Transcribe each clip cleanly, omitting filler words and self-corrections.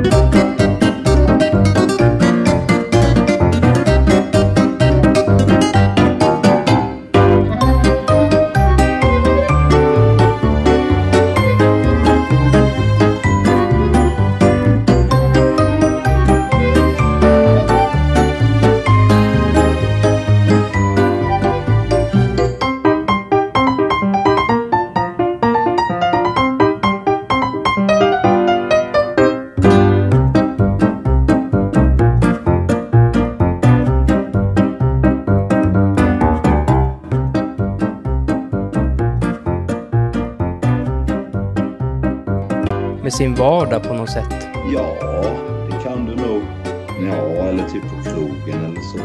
Med sin vardag på något sätt. Ja, det kan du nog. Ja, eller typ på krogen eller så.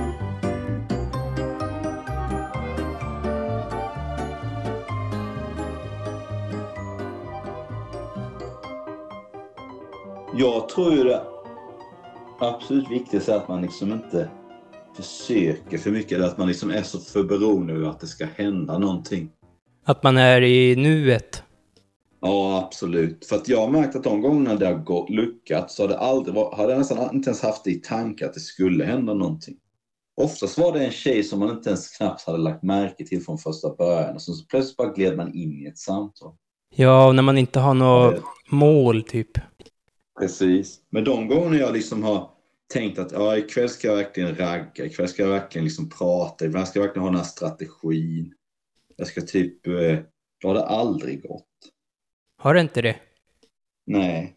Jag tror ju det absolut viktigaste är att man liksom inte försöker för mycket. Eller att man liksom är så för beroende av att det ska hända någonting. Att man är i nuet. Ja, absolut. För att jag har märkt att de gångerna det har lyckats så har jag nästan inte ens haft det i tanke att det skulle hända någonting. Oftast var det en tjej som man inte ens knappt hade lagt märke till från första början. Och så plötsligt bara gled man in i ett samtal. Ja, och när man inte har något mål typ. Precis. Men de gånger jag liksom har tänkt att ja, ikväll ska jag verkligen ragga. Ikväll ska jag verkligen liksom prata. Ikväll ska jag verkligen ha den här strategin. Jag ska typ... Då har det aldrig gått. Har det inte det? Nej.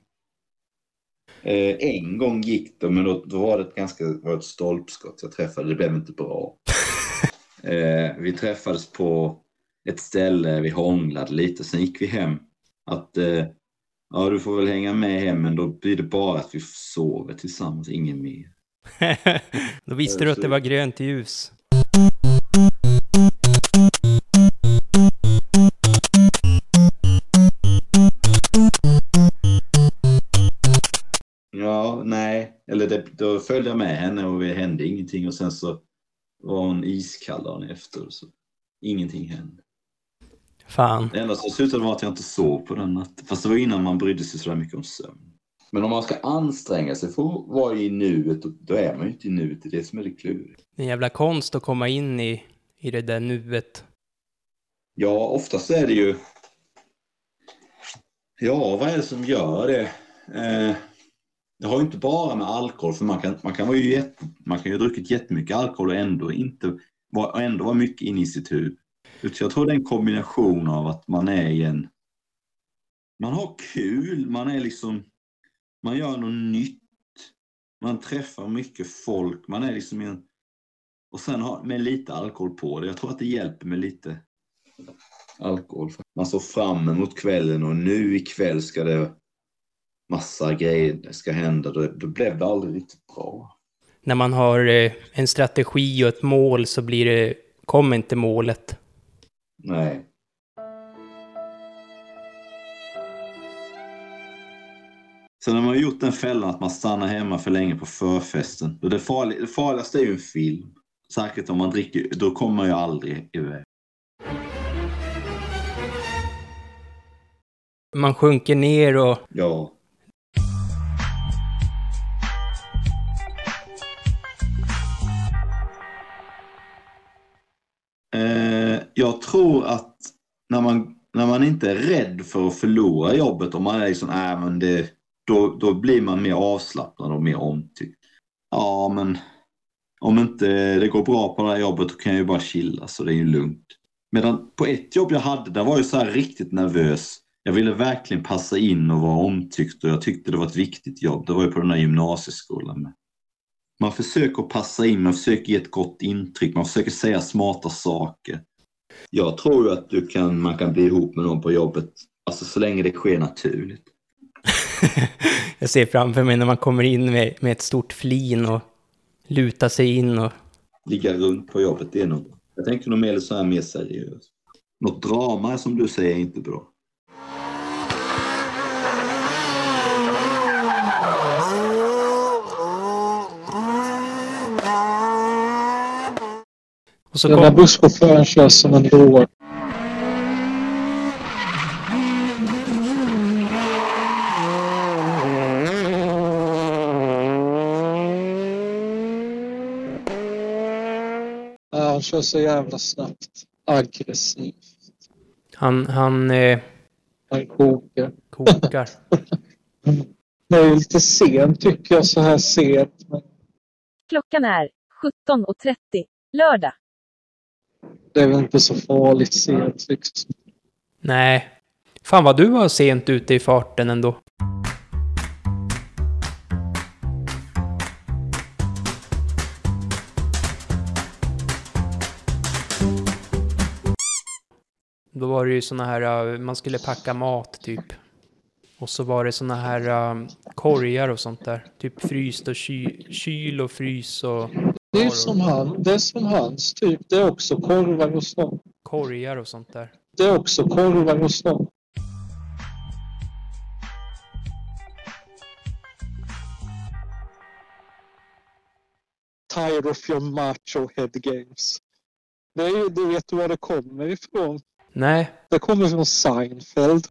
En gång gick det, men då var det ett stolpskott jag träffade. Det blev inte bra. Vi träffades på ett ställe, vi hånglade lite. Sen gick vi hem. Att ja, du får väl hänga med hem, men då blir det bara att vi sover tillsammans, ingen mer. Då visste du att det var grönt ljus. Ja, nej. Eller då följde jag med henne och det hände ingenting. Och sen så var hon iskall dagen efter. Så ingenting hände. Fan. Det enda som slutade var att jag inte sov på den natten. Fast det var innan man brydde sig så mycket om sömn. Men om man ska anstränga sig för att vara i nuet, då är man ju inte i nuet. Det är det som är det kluriga. Det är en jävla konst att komma in i det där nuet. Ja, oftast är det ju... Ja, vad är det som gör det? Det har ju inte bara med alkohol, för man kan ju ha druckit jättemycket alkohol och ändå vara mycket inne i sitt huvud. Jag tror det är en kombination av att man är man har kul, man gör något nytt, man träffar mycket folk, man är liksom och sen med lite alkohol på det. Jag tror att det hjälper med lite alkohol. Man såg fram emot kvällen och nu ikväll ska det massa grejer ska hända. Då blev det aldrig riktigt bra. När man har en strategi och ett mål så kommer inte målet. Nej. Sen har man gjort den fällan att man stannar hemma för länge på förfesten. Det farligaste är ju en film. Särskilt om man dricker, då kommer man ju aldrig iväg. Man sjunker ner och... Ja. Jag tror att när man inte är rädd för att förlora jobbet, om man är liksom, då blir man mer avslappnad och mer omtyckt. Ja, men om inte det går bra på det här jobbet, då kan jag ju bara chilla, så det är ju lugnt. Medan på ett jobb jag hade, där var jag så här riktigt nervös. Jag ville verkligen passa in och vara omtyckt, och jag tyckte det var ett viktigt jobb. Det var ju på den här gymnasieskolan med. Man försöker passa in, man försöker ge ett gott intryck, man försöker säga smarta saker. Jag tror ju att man kan bli ihop med någon på jobbet, alltså så länge det sker naturligt. Jag ser framför mig när man kommer in med ett stort flin och lutar sig in och... Ligga runt på jobbet, det är nog... Jag tänker nog mer så här mer seriöst. Något drama som du säger är inte bra. Och så den där busschauffören kör som en drog. Han kör så jävla snabbt. Aggressiv. Han Han kokar. kokar. Det är lite sent tycker jag, så här sent. Men Klockan är 17:30. Lördag. det är väl inte så farligt sent liksom. Nej. Fan vad du var sent ute i farten ändå. Då var det ju såna här, man skulle packa mat typ. Och så var det såna här korgar och sånt där. Typ fryst och kyl och frys och... Det är som hans typ. Det är också korvar och sånt. Korgar och sånt där. Det är också korvar och sånt. Tired of your macho head games. Det är ju, du vet var det kommer ifrån. Nej. Det kommer från Seinfeld.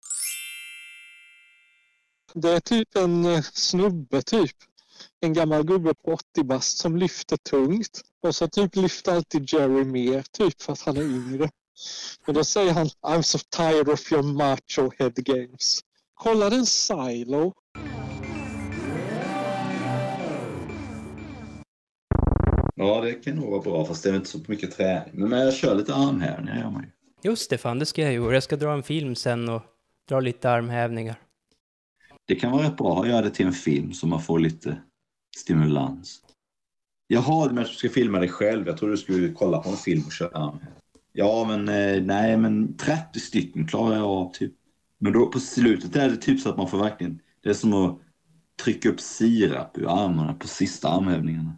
Det är typ en snubbe typ. En gammal gubbe på 80 bast som lyfter tungt. Och så typ lyfter alltid Jerry mer typ för att han är yngre. Och då säger han I'm so tired of your macho head games. Kolla den Silo. Ja, det kan nog vara bra, fast det är inte så mycket träning. Men jag kör lite armhävningar, gör man ju. Just det, fan, det ska jag göra. Jag ska dra en film sen och dra lite armhävningar. Det kan vara rätt bra att göra det till en film så man får lite stimulans. Jaha, men du ska filma dig själv. Jag tror du skulle kolla på en film och köra armhävningar. Ja, men nej, men 30 stycken klarar jag av typ. Men då på slutet är det typ så att man får verkligen... Det är som att trycka upp sirap ur armarna på sista armhävningarna.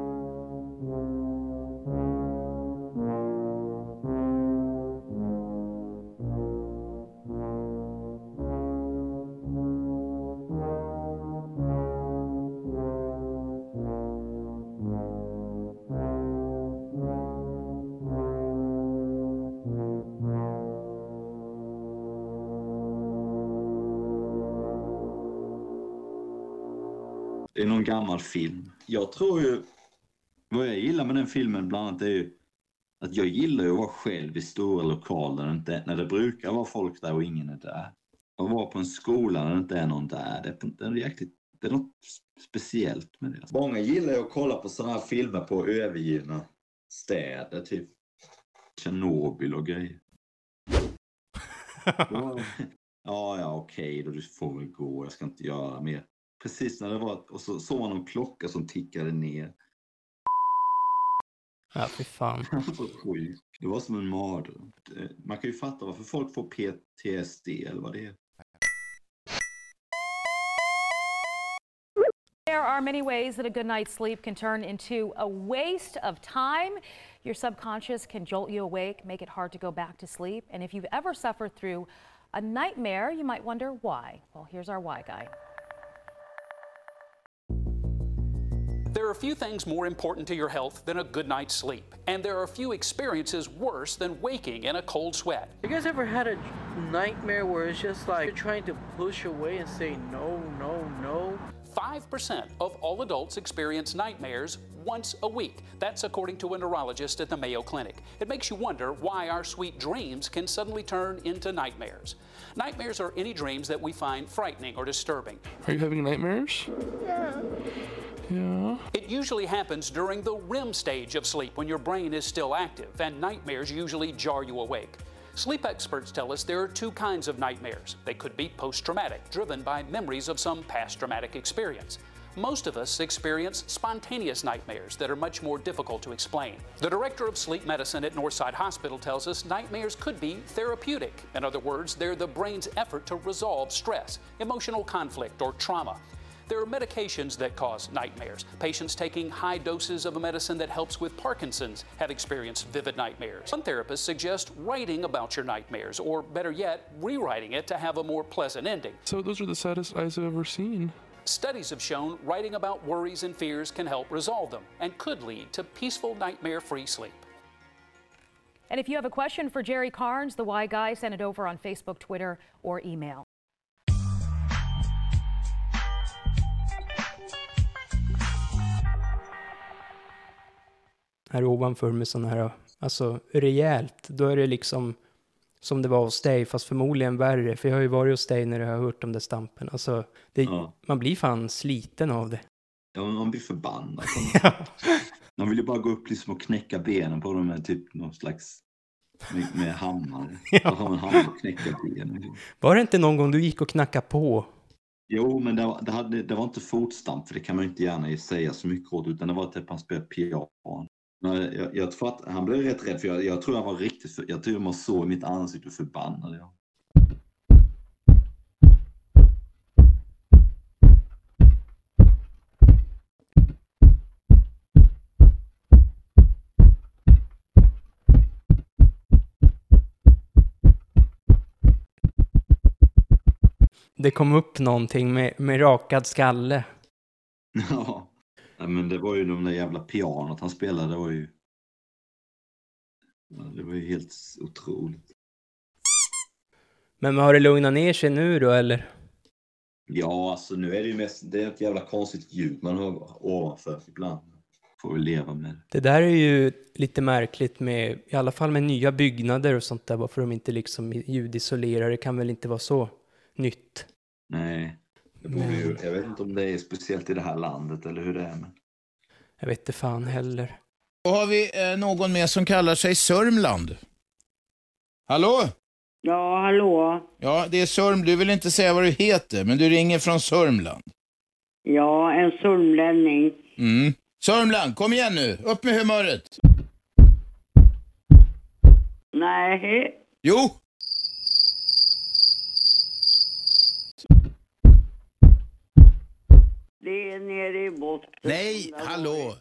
Det är någon gammal film. Jag tror ju... Vad jag gillar med den filmen bland annat är ju... Att jag gillar ju att vara själv i stora lokaler när det brukar vara folk där och ingen är där. Att vara på en skola när det inte är någon där. Det är något speciellt med det. Många gillar ju att kolla på sådana här filmer på övergivna städer. Typ Tjernobyl och grejer. Ja, okej, då du får väl gå. Jag ska inte göra mer. Precis när det var, och så såg man en klocka som tickade ner. Ja, fy fan. Det var som en mardröm. Man kan ju fatta varför folk får PTSD eller vad det är. There are many ways that a good night's sleep can turn into a waste of time. Your subconscious can jolt you awake, make it hard to go back to sleep. And if you've ever suffered through a nightmare, you might wonder why. Well, here's our why guy. There are a few things more important to your health than a good night's sleep, and there are a few experiences worse than waking in a cold sweat. You guys ever had a nightmare where it's just like you're trying to push away and say no, no, no? 5% of all adults experience nightmares once a week. That's according to a neurologist at the Mayo Clinic. It makes you wonder why our sweet dreams can suddenly turn into nightmares. Nightmares are any dreams that we find frightening or disturbing. Are you having nightmares? Yeah. It usually happens during the REM stage of sleep when your brain is still active, and nightmares usually jar you awake. Sleep experts tell us there are two kinds of nightmares. They could be post-traumatic, driven by memories of some past traumatic experience. Most of us experience spontaneous nightmares that are much more difficult to explain. The director of sleep medicine at Northside Hospital tells us nightmares could be therapeutic. In other words, they're the brain's effort to resolve stress, emotional conflict, or trauma. There are medications that cause nightmares. Patients taking high doses of a medicine that helps with Parkinson's have experienced vivid nightmares. Some therapists suggest writing about your nightmares, or better yet, rewriting it to have a more pleasant ending. So those are the saddest eyes I've ever seen. Studies have shown writing about worries and fears can help resolve them and could lead to peaceful, nightmare-free sleep. And if you have a question for Jerry Carnes, the Why Guy, send it over on Facebook, Twitter, or email. här ovanför med sådana här, alltså rejält. Då är det liksom som det var hos dig, fast förmodligen värre. För jag har ju varit hos dig när jag har hört de där stampen. Alltså, man blir fan sliten av det. Ja, man blir förbannad. Ja. Man vill ju bara gå upp liksom och knäcka benen på dem med typ någon slags med hammare. Ja. Så har man hammare och knäcka benen. Var det inte någon gång du gick och knackade på? Jo, men det var inte fotstamp, för det kan man ju inte gärna säga så mycket åt, utan det var typ han spelade piano. Jag tror att han blev rätt rädd, för jag tror han var riktigt, jag tror man såg mitt ansikte förbannad. Ja. Det kom upp någonting med rakad skalle. Ja, men det var ju de där jävla pianot han spelade, det var ju helt otroligt. Men har det lugnat ner sig nu då, eller? Ja, alltså nu är det ju mest, det är ett jävla konstigt ljud man hör ovanför ibland. Får vi leva med det. Det där är ju lite märkligt med, i alla fall med nya byggnader och sånt där, varför de inte liksom ljudisolerar. Det kan väl inte vara så nytt. Nej, jag vet inte om det är speciellt i det här landet eller hur det är. Men... Jag vet inte fan heller. Då har vi någon med som kallar sig Sörmland. Hallå? Ja, hallå. Ja, det är Sörmland. Du vill inte säga vad du heter, men du ringer från Sörmland. Ja, en sörmlänning. Mm. Sörmland, kom igen nu. Upp med humöret. Nej. Jo. Det är nere i botten. Nej, hallå.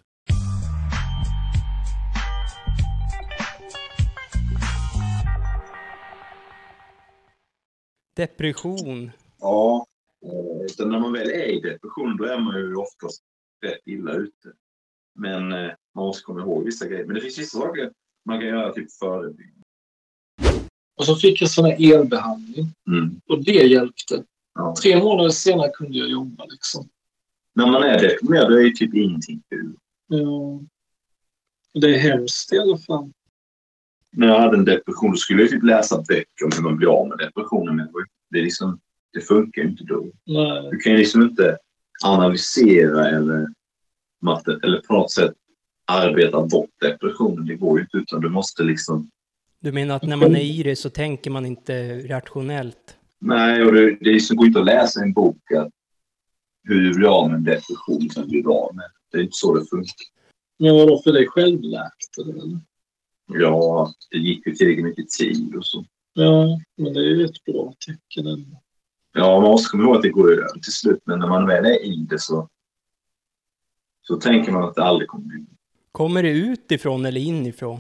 Depression. Ja, utan när man väl är i depression, då är man ju oftast rätt illa ute. Men man måste komma ihåg vissa grejer. Men det finns vissa saker man kan göra typ förebyggande. Och så fick jag sån här elbehandling. Och det hjälpte. Ja. 3 månader senare kunde jag jobba liksom. När man är deprimerad, då är det typ ingenting kul. Ja. Det är hemskt i alla fall. När jag hade en depression, då skulle jag typ läsa böcker om hur man blir av med depressionen. Men det är liksom, det funkar ju inte då. Nej. Du kan ju liksom inte analysera eller på något sätt arbeta bort depressionen. Det går ju inte, utan du måste liksom... Du menar att när man är i det så tänker man inte rationellt? Nej, och det liksom går inte att läsa en bok att hur du blir av med en depression som du blir av med. Det är inte så det funkar. Men vadå, för dig självläkt eller? Ja, det gick ju tillräckligt mycket tid och så. Ja, men det är ju ett bra tecken ändå. Ja, man måste komma ihåg att det går över till slut. Men när man väl är i det så tänker man att det aldrig kommer bli. Kommer det utifrån eller inifrån?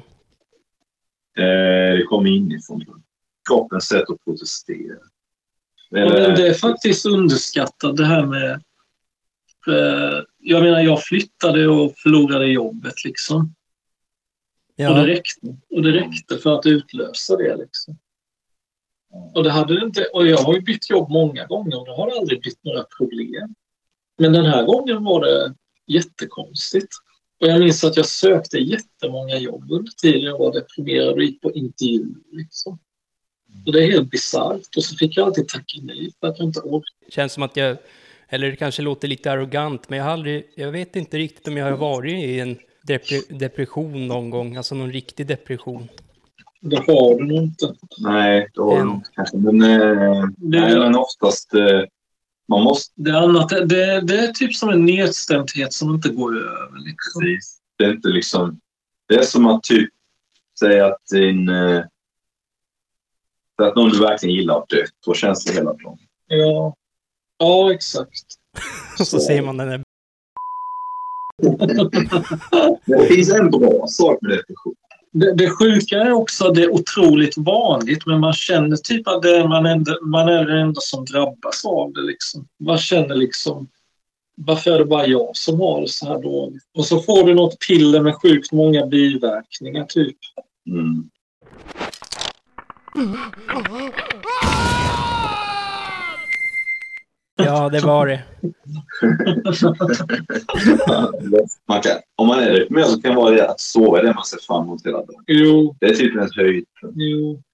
Det kommer inifrån. Kroppens sätt att protestera. Eller... Ja, men det är faktiskt underskattat det här med... Jag menar, jag flyttade och förlorade jobbet liksom. Ja. Och det räckte för att utlösa det liksom. Och det hade det inte, och jag har ju bytt jobb många gånger och det har aldrig blivit några problem. Men den här gången var det jättekonstigt. Och jag minns att jag sökte jättemånga jobb under tiden jag var deprimerad och gick på intervju liksom. Och det är helt bizarrt. Och så fick jag alltid tacka nej för att jag inte orkade. Känns som att eller det kanske låter lite arrogant, men jag vet inte riktigt om jag har varit i en depression någon gång, alltså någon riktig depression. Det har du nog inte. Nej, det har du inte kanske. Men oftast man måste... Det är typ som en nedstämdhet som inte går över. Liksom. Precis. Det är inte liksom... Det är som att typ säga att att någon du verkligen gillar har dött. Då känns det hela bra. Ja, exakt. Och så ser man den där... Det finns en bra sak med depression. Det sjuka är också att det är otroligt vanligt, men man känner typ att man är den enda som drabbas av det liksom. Man känner liksom, varför är det bara jag som har det så här dåligt? Och så får du något piller med sjukt många biverkningar typ. Mm. Ja, det var det. Om man är lite mer så kan det vara det att sova det man ser fram emot hela dagen. Jo. Det är typ en höjd. Jo.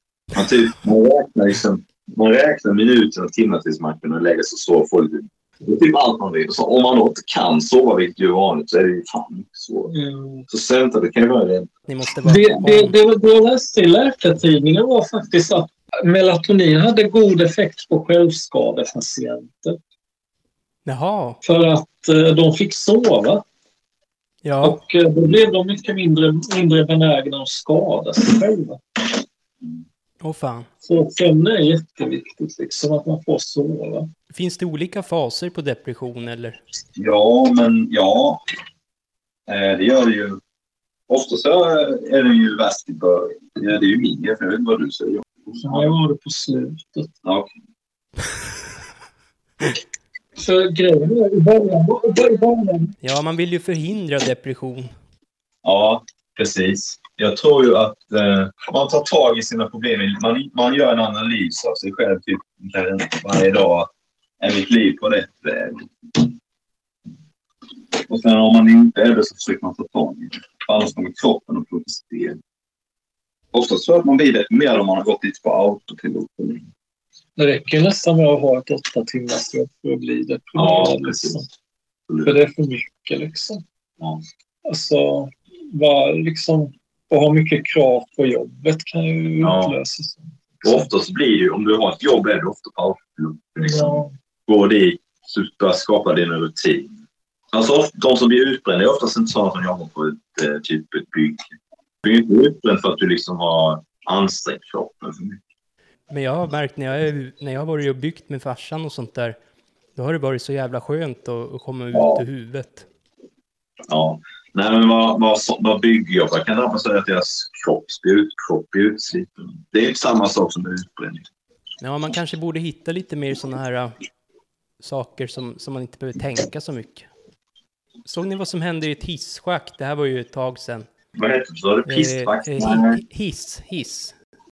Man räknar minuter och timmar tills man kan lägga sig och sova och få lite. Det är typ allt man vill. Så om man inte kan sova, vilket ju är vanligt, så är det ju fan så. Så sömnta, det kan ju vara det. Ni måste vara det läste i Läkartidningen var faktiskt att melatonin hade god effekt på självskadepatienter. Jaha. För att de fick sova. Ja. Och då blev de mycket mindre benägna att skada sig själva. Fan. Så sömn är jätteviktigt, liksom, att man får sova. Finns det olika faser på depression, eller? Ja, men ja. Det gör det ju. Ofta så är det ju värst i början. Ja, det är ju mindre, för jag vet inte vad du säger. Ja, jag var det på slutet. Ja, okej. Så grejen är i början. Ja, man vill ju förhindra depression. Ja, precis. Jag tror ju att man tar tag i sina problem. Man gör en analys av sig själv typ varje dag. Är mitt liv på rätt väg? Och sen om man inte är det så försöker man ta tag i det. Annars kommer kroppen att protestera. Oftast så att man blir mer om man har gått dit på autopilot. Det räcker nästan med att ha ett 8 timmars jobb för att bli det. Ja, precis. Liksom. För det är för mycket liksom. Ja. Alltså, liksom, att ha mycket krav på jobbet kan ju utlösas. Oftast blir ju, om du har ett jobb är det ofta på autopilot. Liksom. Gå dit, skapa din rutin. Alltså de som blir utbrända är oftast inte sådana som jobbar på ett bygge. Du är inte utbränd för att du liksom har ansträngt kroppen för mycket. Men jag har märkt när jag har varit och byggt med farsan och sånt där, då har det varit så jävla skönt att komma ut ur huvudet. Ja, nej men vad byggjobbare kan drabbas av att deras kropp blir utsliten. Det är inte samma sak som utbränning. Ja, man kanske borde hitta lite mer sådana här saker som man inte behöver tänka så mycket. Såg ni vad som hände i ett hisschakt? Det här var ju ett tag sedan. Vad heter det? Så det pissschakt? Hiss.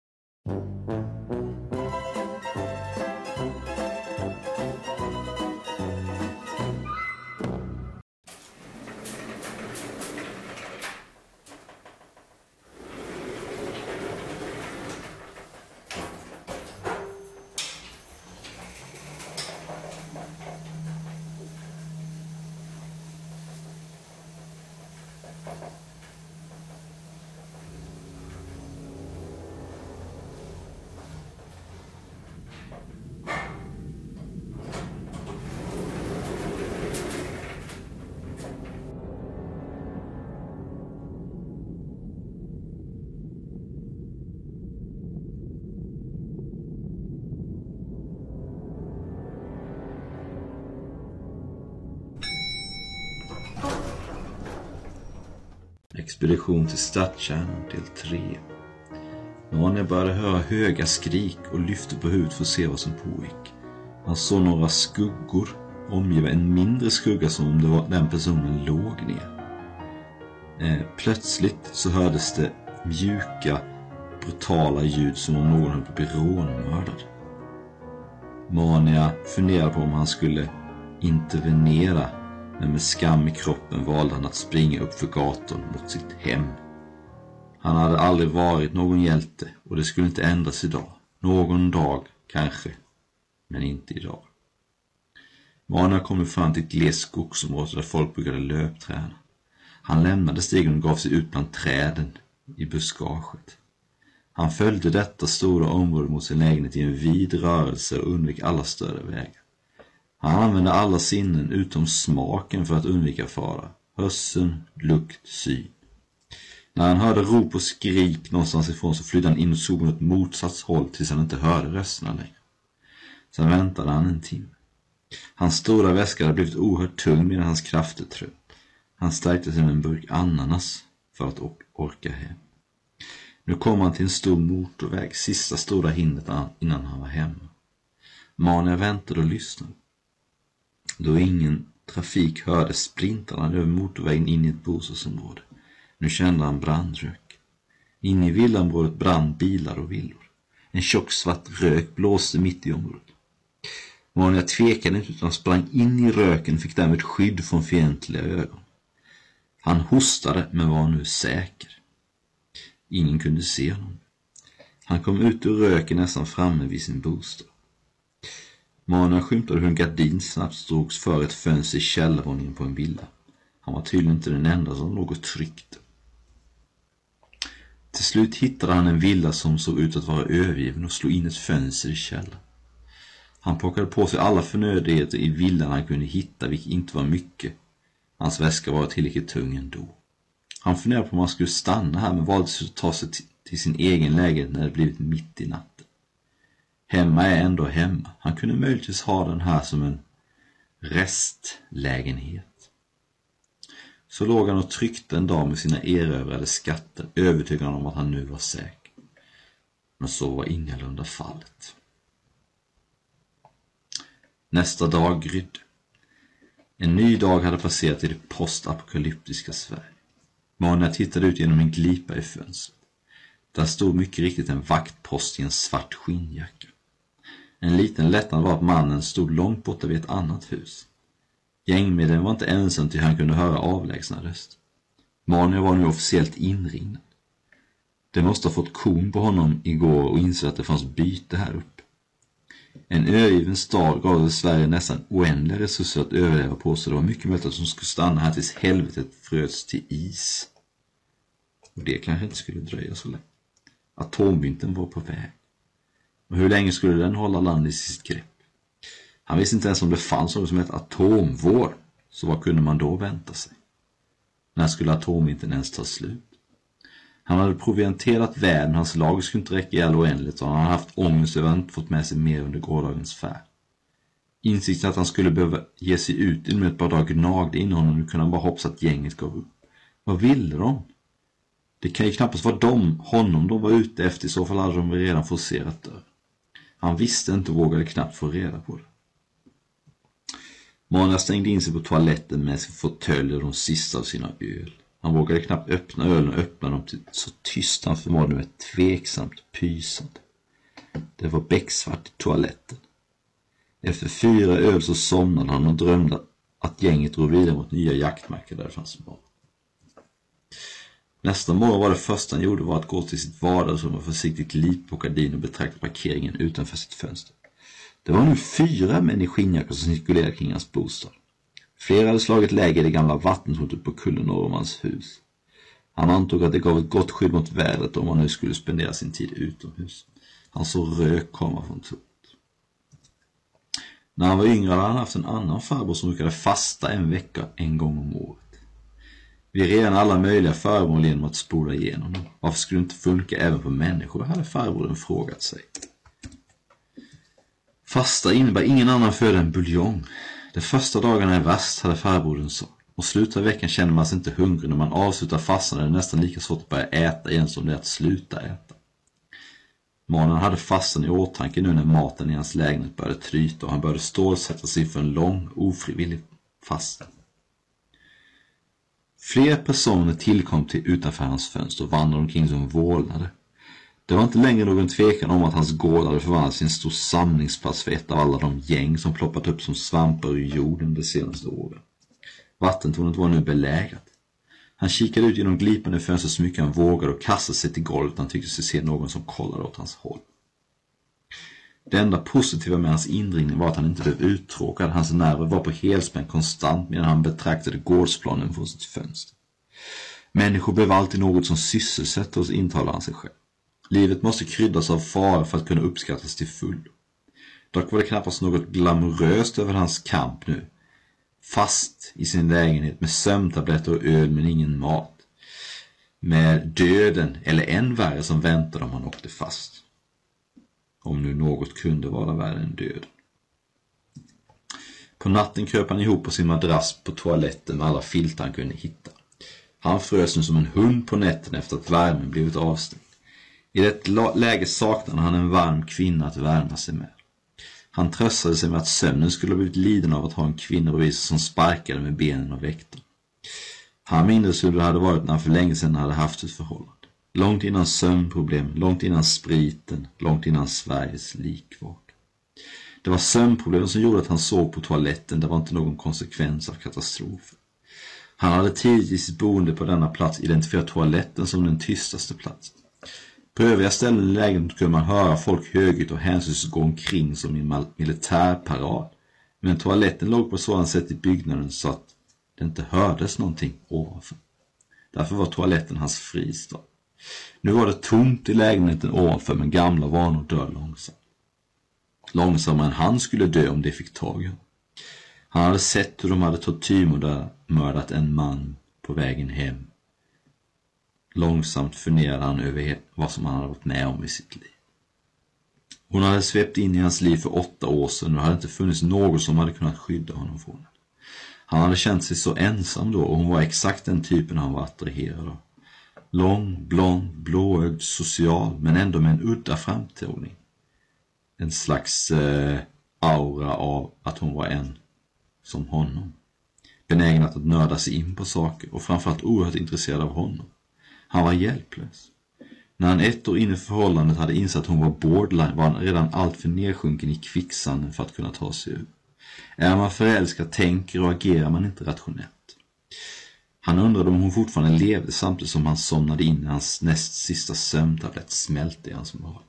Expedition till stadskärnan del 3. Någon började höra höga skrik och lyfte på huvudet för att se vad som pågick. Han såg några skuggor omgiva en mindre skugga som om det var den personen låg ner. Plötsligt så hördes det mjuka, brutala ljud som om någon höll på att bli rånmördad. Mania funderade på om han skulle intervenera, men med skam i kroppen valde han att springa upp för gatan mot sitt hem. Han hade aldrig varit någon hjälte och det skulle inte ändras idag. Någon dag kanske, men inte idag. Mania kom fram till ett glest skogsområde där folk brukade löpträna. Han lämnade stigen och gav sig ut bland träden i buskaget. Han följde detta stora område mot sin lägenhet i en vid rörelse och undvek alla större vägar. Han använde alla sinnen utom smaken för att undvika fara. Hörseln, lukt, syn. När han hörde rop och skrik någonstans ifrån så flydde han in och såg åt motsatt håll tills han inte hörde rösterna längre. Sen väntade han en timme. Hans stora väska hade blivit oerhört tung medan hans krafter trött. Han stärkte sig med en burk ananas för att orka hem. Nu kom han till en stor motorväg, sista stora hindret innan han var hemma. Mania väntade och lyssnade. Då ingen trafik hördes sprintade han över motorvägen in i ett bostadsområde. Nu kände han brandrök. Inne i villaområdet brann bilar och villor. En tjock svart rök blåste mitt i området. Monia tvekade inte utan sprang in i röken och fick därmed skydd från fientliga ögon. Han hostade men var nu säker. Ingen kunde se honom. Han kom ut ur röken nästan framme vid sin bostad. Monia skymtade hur en gardin snabbt drogs för ett fönster i källarvåningen på en villa. Han var tydligen inte den enda som något tryckte. Till slut hittade han en villa som såg ut att vara övergiven och slog in ett fönster i källaren. Han plockade på sig alla förnödenheter i villan han kunde hitta, vilket inte var mycket. Hans väska var tillräckligt tung ändå. Han funderade på om han skulle stanna här men valde att ta sig till sin egen lägenhet när det blivit mitt i natten. Hemma är ändå hemma. Han kunde möjligtvis ha den här som en restlägenhet. Så låg han och tryckte en dag med sina erövrade skatter, övertygad om att han nu var säker. Men så var ingalunda fallet. Nästa dag grydde. En ny dag hade passerat i det postapokalyptiska Sverige. Monia tittade ut genom en glipa i fönstret. Där stod mycket riktigt en vaktpost i en svart skinnjacka. En liten lättnad var att mannen stod långt borta vid ett annat hus. Gängmedlemmen var inte ensam till han kunde höra avlägsna röst. Monia var nu officiellt inringad. Det måste ha fått kon på honom igår och insåg att det fanns byte här uppe. En övergiven stad gav Sverige nästan oändliga resurser att överleva på, så det var mycket möjligt att de skulle stanna här tills helvetet frös till is. Och det kanske inte skulle dröja så länge. Atomvintern var på väg. Och hur länge skulle den hålla landet i sitt grepp? Han visste inte ens om det fanns något som hette atomvår, så vad kunde man då vänta sig? När skulle atomvintern ens ta slut? Han hade provianterat världen, hans lag skulle inte räcka i all oändlighet och han hade haft ångest över att han inte fått med sig mer under gårdagens färd. Insikten att han skulle behöva ge sig ut inom ett par dagar gnagde in honom, nu kunde han bara hoppas att gänget gav upp. Vad ville de? Det kan ju knappast vara honom de var ute efter, i så fall hade de redan forcerat dörr. Han visste inte och vågade knappt få reda på det. Monia stängde in sig på toaletten med sin fåtölj och de sista av sina öl. Han vågade knappt öppna ölen och öppna dem till så tyst han förmådde med tveksamt pysande. Det var becksvart i toaletten. Efter 4 öl så somnade han och drömde att gänget drog vidare mot nya jaktmarker där det fanns barn. Nästa morgon var det första han gjorde var att gå till sitt vardagsrum och försiktigt lip på gardin och betrakta parkeringen utanför sitt fönster. Det var nu 4 män i skinnjackor som cirkulerade kring hans bostad. Flera hade slagit läge i det gamla vattentornet på kullen norr om hans hus. Han antog att det gav ett gott skydd mot vädret om han nu skulle spendera sin tid utomhus. Han såg rök komma från tornet. När han var yngre hade han haft en annan farbror som brukade fasta en vecka en gång om året. Vi redan alla möjliga föremål genom att spola igenom dem. Varför skulle det inte funka även på människor, hade farbrodern frågat sig. Fasta innebär ingen annan föda än buljong. De första dagarna är värst, hade farbrodern sagt. Och slutet av veckan känner man sig inte hungrig. När man avslutar fastan är det nästan lika svårt att börja äta igen som det är att sluta äta. Mannen hade fastan i åtanke nu när maten i hans lägenhet började tryta och han började stålsätta sig för en lång, ofrivillig fasta. Fler personer tillkom till utanför hans fönster och vandrade omkring som vålnade. Det var inte längre någon tvekan om att hans gård hade förvandlats till en stor samlingsplats för ett av alla de gäng som ploppat upp som svampar ur jorden de senaste åren. Vattentornet var nu belägrat. Han kikade ut genom glipan i fönstret så mycket han vågade och kastade sig till golvet. Han tyckte sig se någon som kollade åt hans håll. Det enda positiva med hans inringning var att han inte blev uttråkad. Hans nerver var på helspänn konstant medan han betraktade gårdsplanen från sitt fönster. Människor blev alltid något som sysselsätter oss, intalar han sig själv. Livet måste kryddas av fara för att kunna uppskattas till full. Dock var det knappast något glamoröst över hans kamp nu. Fast i sin lägenhet med sömntabletter och öl men ingen mat. Med döden eller än värre som väntade om han åkte fast. Om nu något kunde vara värre än döden. På natten kröp han ihop på sin madrass på toaletten med alla filtar han kunde hitta. Han frös nu som en hund på nätten efter att värmen blivit avstängd. I det läge saknade han en varm kvinna att värma sig med. Han tröstade sig med att sömnen skulle ha blivit liden av att ha en kvinna bredvid sig som sparkade med benen och väckte. Han minns hur det hade varit när han för länge sedan hade haft ett förhållande. Långt innan sömnproblem, långt innan spriten, långt innan Sveriges likvård. Det var sömnproblem som gjorde att han sov på toaletten. Det var inte någon konsekvens av katastrofen. Han hade tidigt i sitt boende på denna plats identifierat toaletten som den tystaste platsen. På övriga ställen i lägenheten kunde man höra folk högt och hänsynslöst gå omkring som i en militärparad. Men toaletten låg på sådant sätt i byggnaden så att det inte hördes någonting ovanför. Därför var toaletten hans fristad. Nu var det tomt i lägenheten ovanför, men gamla vanor dör långsamt. Långsammare än han skulle dö om det fick tag i honom. Han hade sett hur de hade tortyrmördat en man på vägen hem. Långsamt funderade han över vad som han hade varit med om i sitt liv. Hon hade svept in i hans liv för 8 år sedan och hade inte funnits något som hade kunnat skydda honom från det. Han hade känt sig så ensam då och hon var exakt den typen han var attraherad av. Lång, blond, blåögd, social men ändå med en udda framtoning. En slags aura av att hon var en som honom. Benägen att nörda sig in på saker och framförallt oerhört intresserad av honom. Han var hjälplös. När han 1 år in i förhållandet hade insett att hon var borderline var han redan alltför nedsjunken i kvicksanden för att kunna ta sig ur. Är man förälskad tänker och agerar man inte rationellt. Han undrade om hon fortfarande levde samtidigt som han somnade in i hans näst sista sömntablett smälte i hans mage.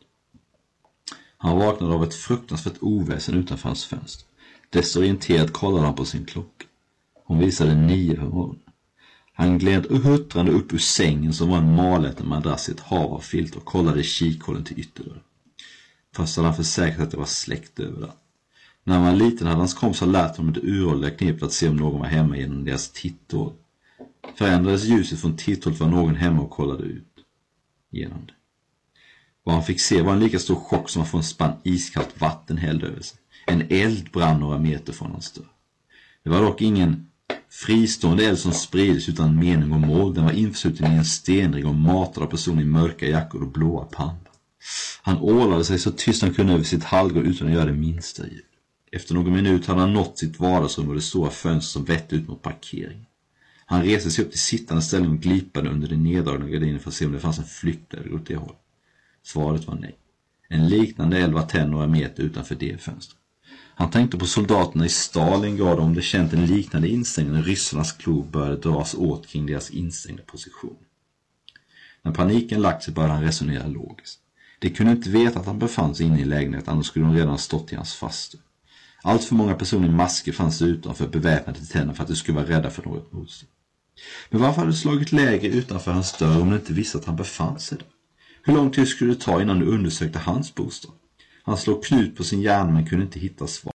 Han vaknade av ett fruktansvärt oväsen utanför hans fönster. Desorienterat kollade han på sin klocka. Hon visade 9 på morgonen. Han gled huttrande upp ur sängen som var en maläten madrass i ett hav av filt och kollade i kikhålen till ytterdörren. Först hade han försäkrat att det var släkt överallt. När han var liten hade hans kompisar lärt honom det uråldriga knepet att se om någon var hemma genom deras titthål. Förändrades ljuset från titthålet var någon hemma och kollade ut genom det. Vad han fick se var en lika stor chock som att få en spann iskallt vatten hälld över sig. En eld brann några meter från hans dörr. Det var dock ingen fristående eld som spriddes utan mening och mål. Den var infsuten i en stenring och matad av personer i mörka jackor och blåa pannor. Han ålade sig så tyst han kunde över sitt halvgård utan att göra det minsta ljud. Efter någon minut hade han nått sitt vardagsrum och det stora fönster som vette ut mot parkeringen. Han reste sig upp till sittande ställen och glipade under den neddragna gardinen för att se om det fanns en flyktväg åt det hållet. Svaret var nej. En liknande eld var tänd några meter utanför det fönstret. Han tänkte på soldaterna i Stalingrad om de känt en liknande instängning när ryssarnas klor började dras åt kring deras instängda position. När paniken lagt sig började han resonera logiskt. De kunde inte veta att han befann sig inne i lägenheten, annars skulle de redan ha stått i hans fastu. Allt för många personer i masker fanns utanför beväpnade till tänder för att de skulle vara rädda för något motstånd. Men varför hade det slagit läge utanför hans dörr om de inte visste att han befann sig där? Hur lång tid skulle det ta innan du undersökte hans bostad? Han slog knut på sin hjärna men kunde inte hitta svar.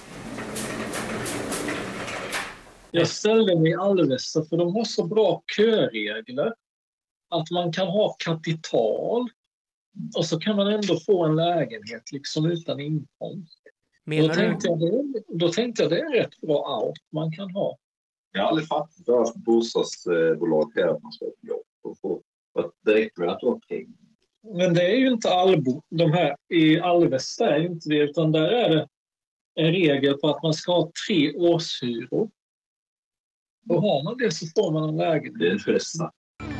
Jag ställde mig i Alvesta för de har så bra köregler att man kan ha kapital och så kan man ändå få en lägenhet liksom utan inkomst. Då tänkte jag det är rätt bra out man kan ha. Jag har aldrig fattat att bostadsbolag här att man ska ha ett jobb och få direkt med att du har pengar. Men det är ju inte de här i Alvesta är ju inte det, utan där är det en regel på att man ska ha 3 årshyror. Och har man det så får man en lägenhet. Det är det bästa.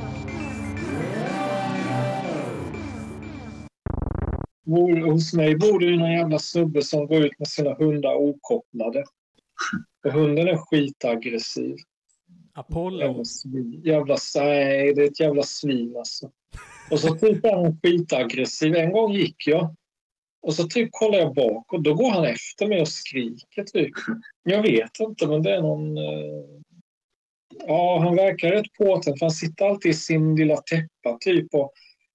Hos mig bor det ju någon jävla snubbe som går ut med sina hundar okopplade. För hunden är skitaggressiv. Apollo. Nej, det är ett jävla svin alltså. Och så typ är han skitaggressiv. En gång gick jag. Och så typ kollar jag bak. Och då går han efter mig och skriker typ. Jag vet inte, men det är någon... Ja, han verkar rätt påtänd. För han sitter alltid i sin lilla täppa typ. Och...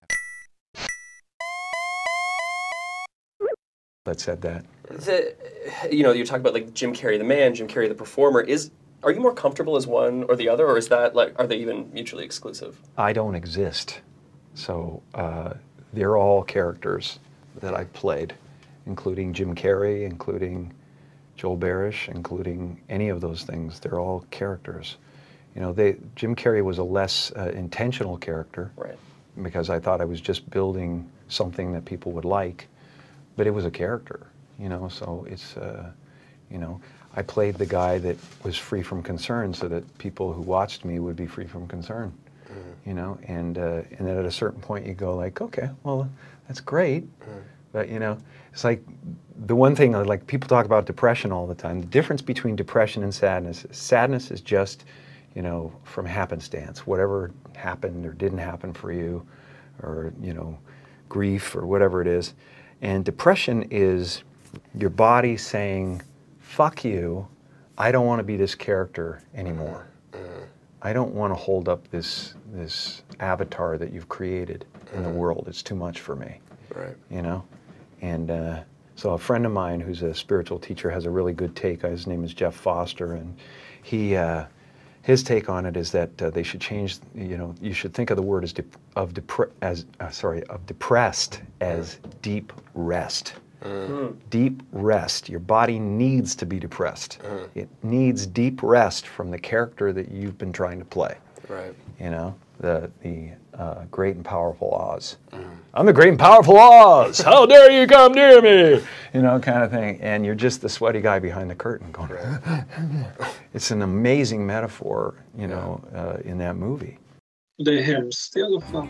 That said that. You know, you talk about like Jim Carrey the man, Jim Carrey the performer. Are you more comfortable as one or the other, or is that like, are they even mutually exclusive? I don't exist. So they're all characters that I've played, including Jim Carrey, including Joel Barish, including any of those things. They're all characters. You know, Jim Carrey was a less intentional character, right? Because I thought I was just building something that people would like, but it was a character, you know. So it's, you know, I played the guy that was free from concern, so that people who watched me would be free from concern. You know, and then at a certain point you go like, okay, well, that's great, But, you know, it's like the one thing, like people talk about depression all the time. The difference between depression and sadness is just, you know, from happenstance. Whatever happened or didn't happen for you, or, you know, grief or whatever it is. And depression is your body saying, fuck you, I don't want to be this character anymore. I don't want to hold up this avatar that you've created in the world. It's too much for me. Right. You know? And so a friend of mine who's a spiritual teacher has a really good take. His name is Jeff Foster, and his take on it is that they should change, you know, you should think of the word of depressed as deep rest. Deep rest. Your body needs to be depressed. It needs deep rest from the character that you've been trying to play. Right. You know, the great and powerful Oz. I'm the great and powerful Oz. How dare you come near me? You know, kind of thing. And you're just the sweaty guy behind the curtain going. It's an amazing metaphor, you know, in that movie. Det är hemskt i alla fall.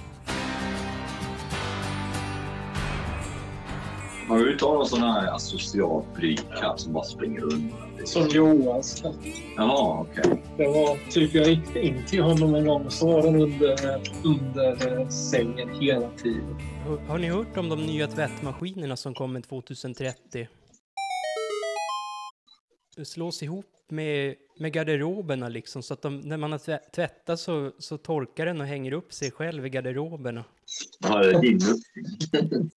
Har du uttalat någon sån här asocial brygkatt som bara springer undan? Som Joas katt. Jaha, okej. Det var typ, jag gick in till honom en gång och så var den under sängen hela tiden. Har ni hört om de nya tvättmaskinerna som kommer 2030? Det slås ihop med garderoberna liksom, så att när man har tvättat så torkar den och hänger upp sig själv i garderoberna. Ja, det är din uppfinning.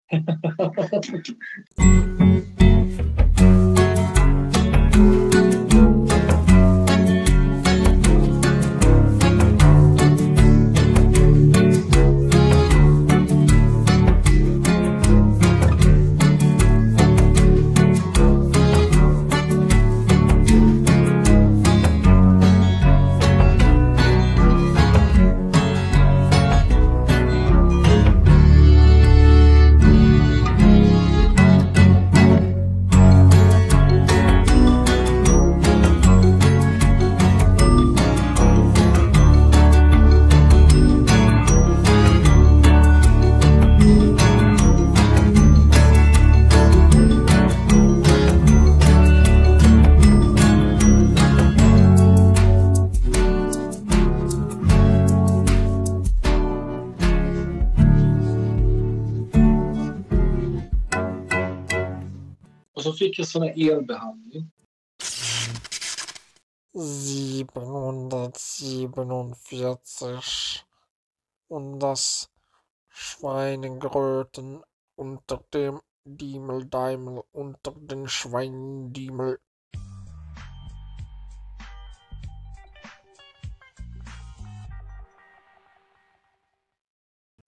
Och så fick jag sån här elbehandling. 747 und das Schweinegröten unter dem Diemeldeimel unter den Schweindiemel